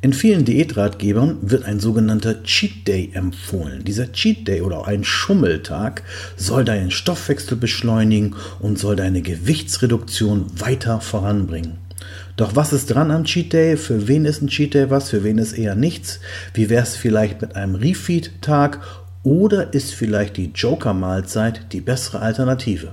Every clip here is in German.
In vielen Diätratgebern wird ein sogenannter Cheat Day empfohlen. Dieser Cheat Day oder auch ein Schummeltag soll deinen Stoffwechsel beschleunigen und soll deine Gewichtsreduktion weiter voranbringen. Doch was ist dran am Cheat Day? Für wen ist ein Cheat Day was? Für wen ist eher nichts? Wie wäre es vielleicht mit einem Refeed-Tag? Oder ist vielleicht die Joker-Mahlzeit die bessere Alternative?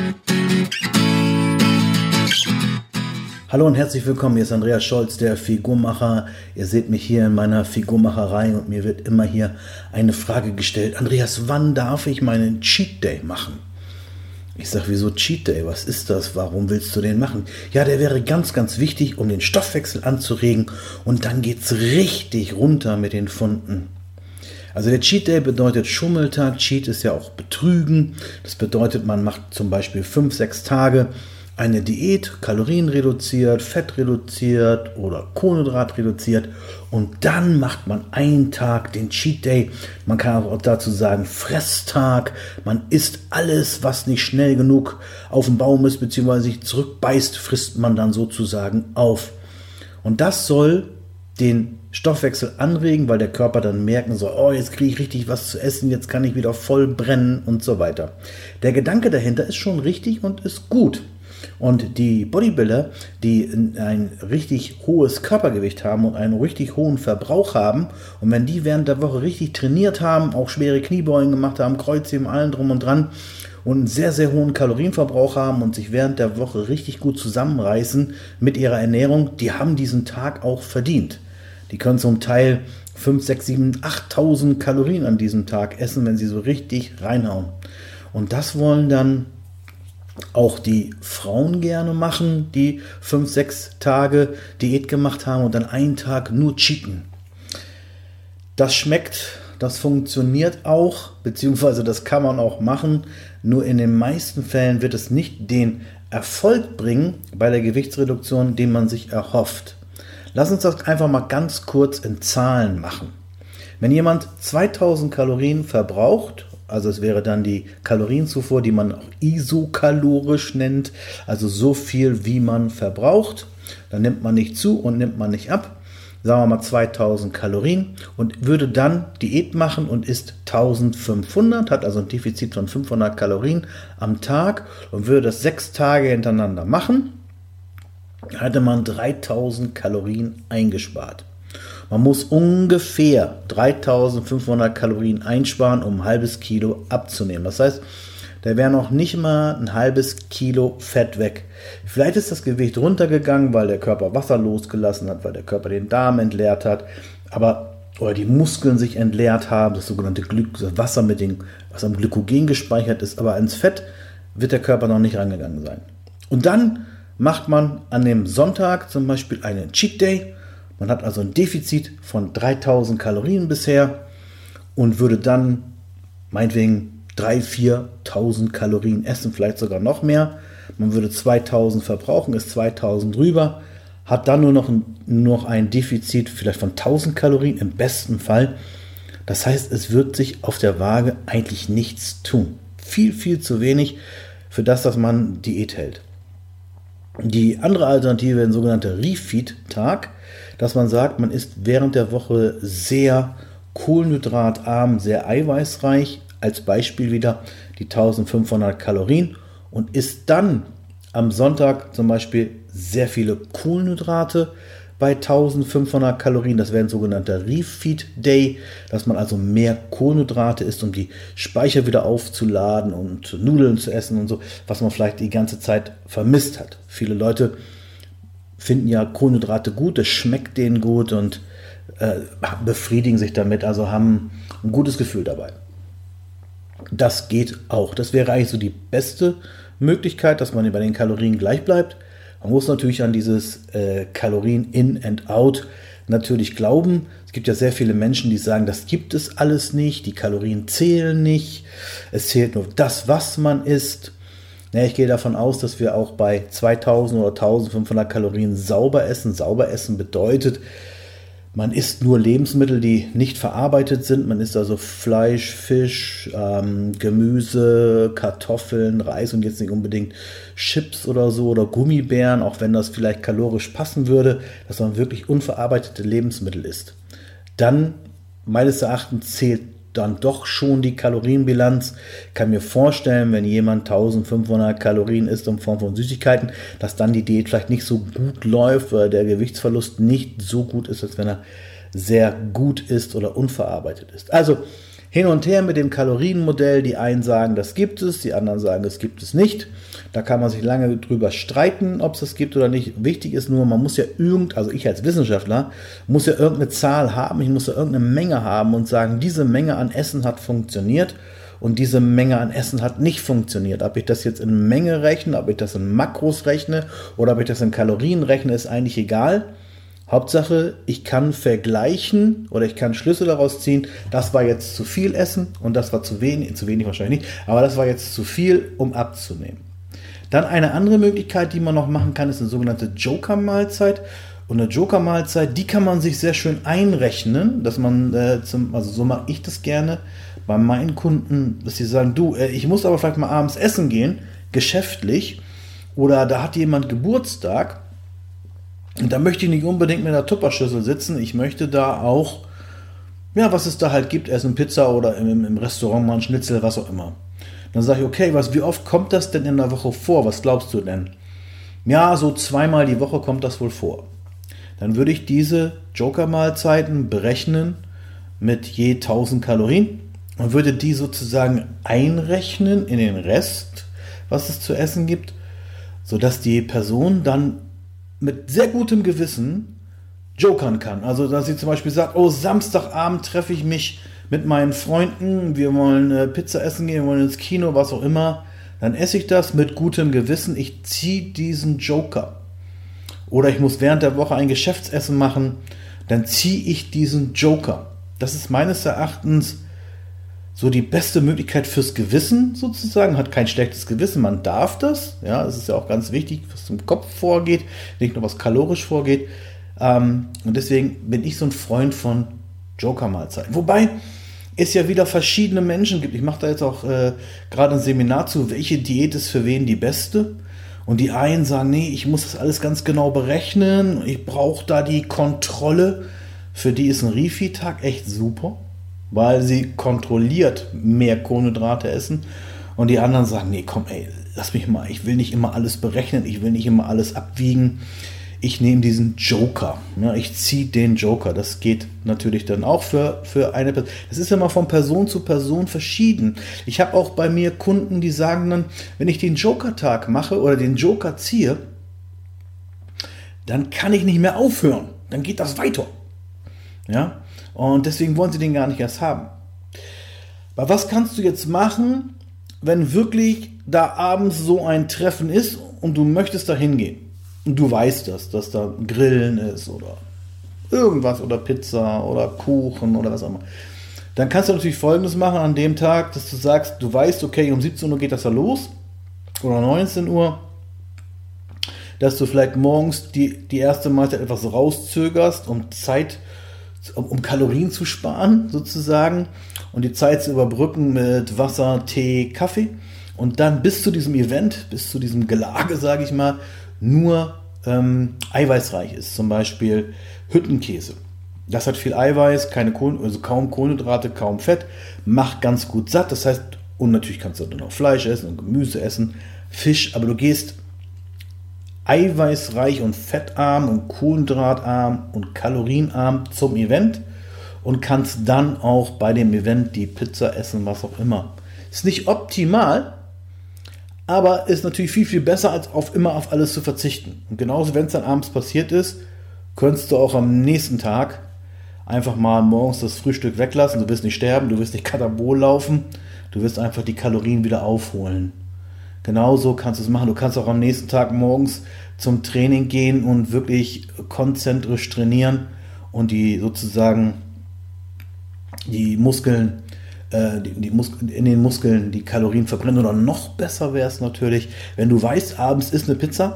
Hallo und herzlich willkommen, hier ist Andreas Scholz, der Figurmacher. Ihr seht mich hier in meiner Figurmacherei und mir wird immer hier eine Frage gestellt. Andreas, wann darf ich meinen Cheat Day machen? Ich sage, wieso Cheat Day? Was ist das? Warum willst du den machen? Ja, der wäre ganz, ganz wichtig, um den Stoffwechsel anzuregen und dann geht's richtig runter mit den Funden. Also der Cheat Day bedeutet Schummeltag. Cheat ist ja auch Betrügen. Das bedeutet, man macht zum Beispiel 5-6 Tage eine Diät, Kalorien reduziert, Fett reduziert oder Kohlenhydrat reduziert und dann macht man einen Tag den Cheat Day. Man kann auch dazu sagen Fresstag. Man isst alles, was nicht schnell genug auf dem Baum ist bzw. sich zurückbeißt, frisst man dann sozusagen auf. Und das soll den Stoffwechsel anregen, weil der Körper dann merken soll, oh, jetzt kriege ich richtig was zu essen, jetzt kann ich wieder voll brennen und so weiter. Der Gedanke dahinter ist schon richtig und ist gut. Und die Bodybuilder, die ein richtig hohes Körpergewicht haben und einen richtig hohen Verbrauch haben, und wenn die während der Woche richtig trainiert haben, auch schwere Kniebeugen gemacht haben, Kreuzheben, allen drum und dran und einen sehr, sehr hohen Kalorienverbrauch haben und sich während der Woche richtig gut zusammenreißen mit ihrer Ernährung, die haben diesen Tag auch verdient. Die können zum Teil 5, 6, 7, 8.000 Kalorien an diesem Tag essen, wenn sie so richtig reinhauen. Und das wollen dann auch die Frauen gerne machen, die 5, 6 Tage Diät gemacht haben und dann einen Tag nur cheaten. Das schmeckt, das funktioniert auch, beziehungsweise das kann man auch machen, nur in den meisten Fällen wird es nicht den Erfolg bringen bei der Gewichtsreduktion, den man sich erhofft. Lass uns das einfach mal ganz kurz in Zahlen machen. Wenn jemand 2000 Kalorien verbraucht, also es wäre dann die Kalorienzufuhr, die man auch isokalorisch nennt, also so viel, wie man verbraucht, dann nimmt man nicht zu und nimmt man nicht ab, sagen wir mal 2000 Kalorien und würde dann Diät machen und isst 1500, hat also ein Defizit von 500 Kalorien am Tag und würde das 6 Tage hintereinander machen, hätte man 3000 Kalorien eingespart. Man muss ungefähr 3500 Kalorien einsparen, um ein halbes Kilo abzunehmen. Das heißt, da wäre noch nicht mal ein halbes Kilo Fett weg. Vielleicht ist das Gewicht runtergegangen, weil der Körper Wasser losgelassen hat, weil der Körper den Darm entleert hat, oder die Muskeln sich entleert haben, das sogenannte Wasser was am Glykogen gespeichert ist, aber ans Fett wird der Körper noch nicht rangegangen sein. Und dann macht man an dem Sonntag zum Beispiel einen Cheat Day. Man hat also ein Defizit von 3000 Kalorien bisher und würde dann meinetwegen 3.000, 4.000 Kalorien essen, vielleicht sogar noch mehr. Man würde 2000 verbrauchen, ist 2000 drüber, hat dann nur noch ein Defizit vielleicht von 1000 Kalorien im besten Fall. Das heißt, es wird sich auf der Waage eigentlich nichts tun. Viel, viel zu wenig für das, dass man Diät hält. Die andere Alternative ist ein sogenannter Refeed-Tag, dass man sagt, man ist während der Woche sehr kohlenhydratarm, sehr eiweißreich, als Beispiel wieder die 1500 Kalorien und isst dann am Sonntag zum Beispiel sehr viele Kohlenhydrate bei 1500 Kalorien. Das wäre ein sogenannter Refeed Day, dass man also mehr Kohlenhydrate isst, um die Speicher wieder aufzuladen und Nudeln zu essen und so, was man vielleicht die ganze Zeit vermisst hat. Viele Leute finden ja Kohlenhydrate gut, es schmeckt denen gut und befriedigen sich damit, also haben ein gutes Gefühl dabei. Das geht auch. Das wäre eigentlich so die beste Möglichkeit, dass man bei den Kalorien gleich bleibt. Man muss natürlich an dieses Kalorien in and out natürlich glauben. Es gibt ja sehr viele Menschen, die sagen, das gibt es alles nicht, die Kalorien zählen nicht, es zählt nur das, was man isst. Ja, ich gehe davon aus, dass wir auch bei 2000 oder 1500 Kalorien sauber essen. Sauber essen bedeutet, Man isst nur Lebensmittel, die nicht verarbeitet sind. Man isst also Fleisch, Fisch, Gemüse, Kartoffeln, Reis und jetzt nicht unbedingt Chips oder so oder Gummibären, auch wenn das vielleicht kalorisch passen würde, dass man wirklich unverarbeitete Lebensmittel isst. Dann, meines Erachtens, zählt dann doch schon die Kalorienbilanz. Ich kann mir vorstellen, wenn jemand 1500 Kalorien isst in Form von Süßigkeiten, dass dann die Diät vielleicht nicht so gut läuft, weil der Gewichtsverlust nicht so gut ist, als wenn er sehr gut ist oder unverarbeitet ist. Also hin und her mit dem Kalorienmodell. Die einen sagen, das gibt es, die anderen sagen, das gibt es nicht. Da kann man sich lange drüber streiten, ob es das gibt oder nicht. Wichtig ist nur, man muss ja also ich als Wissenschaftler, muss ja irgendeine Zahl haben, ich muss ja irgendeine Menge haben und sagen, diese Menge an Essen hat funktioniert und diese Menge an Essen hat nicht funktioniert. Ob ich das jetzt in Menge rechne, ob ich das in Makros rechne oder ob ich das in Kalorien rechne, ist eigentlich egal. Hauptsache, ich kann vergleichen oder ich kann Schlüsse daraus ziehen, das war jetzt zu viel Essen und das war zu wenig wahrscheinlich nicht, aber das war jetzt zu viel, um abzunehmen. Dann eine andere Möglichkeit, die man noch machen kann, ist eine sogenannte Joker-Mahlzeit. Und eine Joker-Mahlzeit, die kann man sich sehr schön einrechnen, dass man, also so mache ich das gerne bei meinen Kunden, dass sie sagen, du, ich muss aber vielleicht mal abends essen gehen, geschäftlich, oder da hat jemand Geburtstag, und da möchte ich nicht unbedingt mit einer Tupperschüssel sitzen. Ich möchte da auch, ja, was es da halt gibt, essen Pizza oder im Restaurant mal ein Schnitzel, was auch immer. Dann sage ich, okay, wie oft kommt das denn in der Woche vor? Was glaubst du denn? Ja, so 2-mal die Woche kommt das wohl vor. Dann würde ich diese Joker-Mahlzeiten berechnen mit je 1000 Kalorien und würde die sozusagen einrechnen in den Rest, was es zu essen gibt, sodass die Person dann mit sehr gutem Gewissen jokern kann. Also, dass sie zum Beispiel sagt, oh, Samstagabend treffe ich mich mit meinen Freunden, wir wollen Pizza essen gehen, wir wollen ins Kino, was auch immer. Dann esse ich das mit gutem Gewissen. Ich ziehe diesen Joker. Oder ich muss während der Woche ein Geschäftsessen machen, dann ziehe ich diesen Joker. Das ist meines Erachtens so die beste Möglichkeit fürs Gewissen sozusagen, hat kein schlechtes Gewissen, man darf das, ja, es ist ja auch ganz wichtig, was im Kopf vorgeht, nicht nur was kalorisch vorgeht, und deswegen bin ich so ein Freund von Joker-Mahlzeiten. Wobei es ja wieder verschiedene Menschen gibt, ich mache da jetzt auch gerade ein Seminar zu, welche Diät ist für wen die beste, und die einen sagen, nee, ich muss das alles ganz genau berechnen, ich brauche da die Kontrolle, für die ist ein Refeed-Tag echt super, weil sie kontrolliert mehr Kohlenhydrate essen, und die anderen sagen, nee, komm, ey, lass mich mal, ich will nicht immer alles berechnen, ich will nicht immer alles abwiegen, ich nehme diesen Joker, ja, ich ziehe den Joker, das geht natürlich dann auch für eine Person, das ist ja mal von Person zu Person verschieden. Ich habe auch bei mir Kunden, die sagen dann, wenn ich den Joker-Tag mache oder den Joker ziehe, dann kann ich nicht mehr aufhören, dann geht das weiter, ja. Und deswegen wollen sie den gar nicht erst haben. Aber was kannst du jetzt machen, wenn wirklich da abends so ein Treffen ist und du möchtest da hingehen? Und du weißt das, dass da Grillen ist oder irgendwas oder Pizza oder Kuchen oder was auch immer. Dann kannst du natürlich Folgendes machen an dem Tag, dass du sagst, du weißt, okay, um 17 Uhr geht das da los oder 19 Uhr, dass du vielleicht morgens die erste Mahlzeit etwas rauszögerst, um Kalorien zu sparen sozusagen und die Zeit zu überbrücken mit Wasser, Tee, Kaffee und dann bis zu diesem Event, bis zu diesem Gelage, sage ich mal, nur eiweißreich ist. Zum Beispiel Hüttenkäse. Das hat viel Eiweiß, also kaum Kohlenhydrate, kaum Fett, macht ganz gut satt. Das heißt, und natürlich kannst du dann auch Fleisch essen und Gemüse essen, Fisch, aber du gehst eiweißreich und fettarm und kohlenhydratarm und kalorienarm zum Event und kannst dann auch bei dem Event die Pizza essen, was auch immer. Ist nicht optimal, aber ist natürlich viel, viel besser, als immer auf alles zu verzichten. Und genauso, wenn es dann abends passiert ist, könntest du auch am nächsten Tag einfach mal morgens das Frühstück weglassen. Du wirst nicht sterben, du wirst nicht Katabol laufen, du wirst einfach die Kalorien wieder aufholen. Genauso kannst du es machen. Du kannst auch am nächsten Tag morgens zum Training gehen und wirklich konzentrisch trainieren und die sozusagen die Muskeln, in den Muskeln die Kalorien verbrennen. Oder noch besser wäre es natürlich, wenn du weißt, abends ist eine Pizza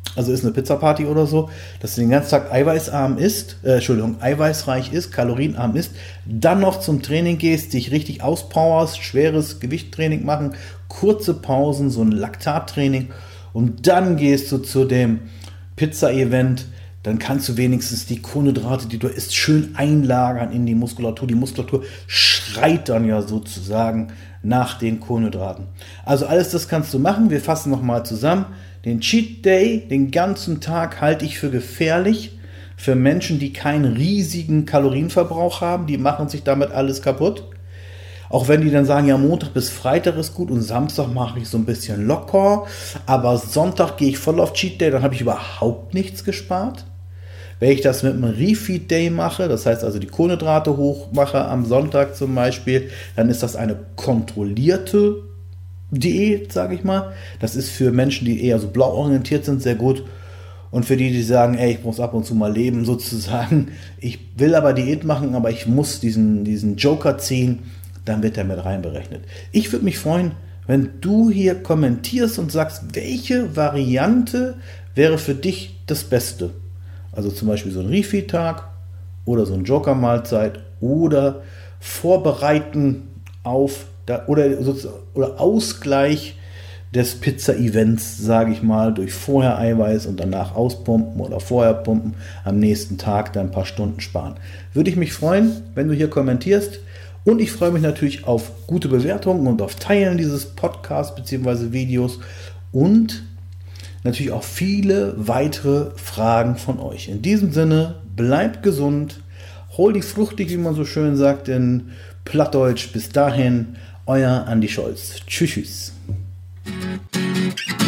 also ist eine Pizzaparty oder so, dass du den ganzen Tag eiweißarm isst, eiweißreich isst, kalorienarm isst, dann noch zum Training gehst, dich richtig auspowerst, schweres Gewichttraining machen, kurze Pausen, so ein Laktattraining und dann gehst du zu dem Pizza-Event, dann kannst du wenigstens die Kohlenhydrate, die du isst, schön einlagern in die Muskulatur. Die Muskulatur schreit dann ja sozusagen nach den Kohlenhydraten. Also alles das kannst du machen. Wir fassen nochmal zusammen. Den Cheat Day, den ganzen Tag, halte ich für gefährlich für Menschen, die keinen riesigen Kalorienverbrauch haben. Die machen sich damit alles kaputt. Auch wenn die dann sagen, ja, Montag bis Freitag ist gut und Samstag mache ich so ein bisschen locker, aber Sonntag gehe ich voll auf Cheat Day, dann habe ich überhaupt nichts gespart. Wenn ich das mit einem Refeed Day mache, das heißt also die Kohlenhydrate hochmache am Sonntag zum Beispiel, dann ist das eine kontrollierte Diät, sage ich mal. Das ist für Menschen, die eher so blau orientiert sind, sehr gut. Und für die, die sagen, ey, ich muss ab und zu mal leben sozusagen, ich will aber Diät machen, aber ich muss diesen Joker ziehen, dann wird er mit reinberechnet. Ich würde mich freuen, wenn du hier kommentierst und sagst, welche Variante wäre für dich das Beste. Also zum Beispiel so ein Refeed-Tag oder so ein Joker-Mahlzeit oder Vorbereiten auf oder Ausgleich des Pizza-Events, sage ich mal, durch vorher Eiweiß und danach auspumpen oder vorher pumpen, am nächsten Tag dann ein paar Stunden sparen. Würde ich mich freuen, wenn du hier kommentierst. Und ich freue mich natürlich auf gute Bewertungen und auf Teilen dieses Podcasts bzw. Videos und natürlich auch viele weitere Fragen von euch. In diesem Sinne, bleibt gesund, hol die fruchtig, wie man so schön sagt in Plattdeutsch. Bis dahin, euer Andi Scholz. Tschüss. Tschüss.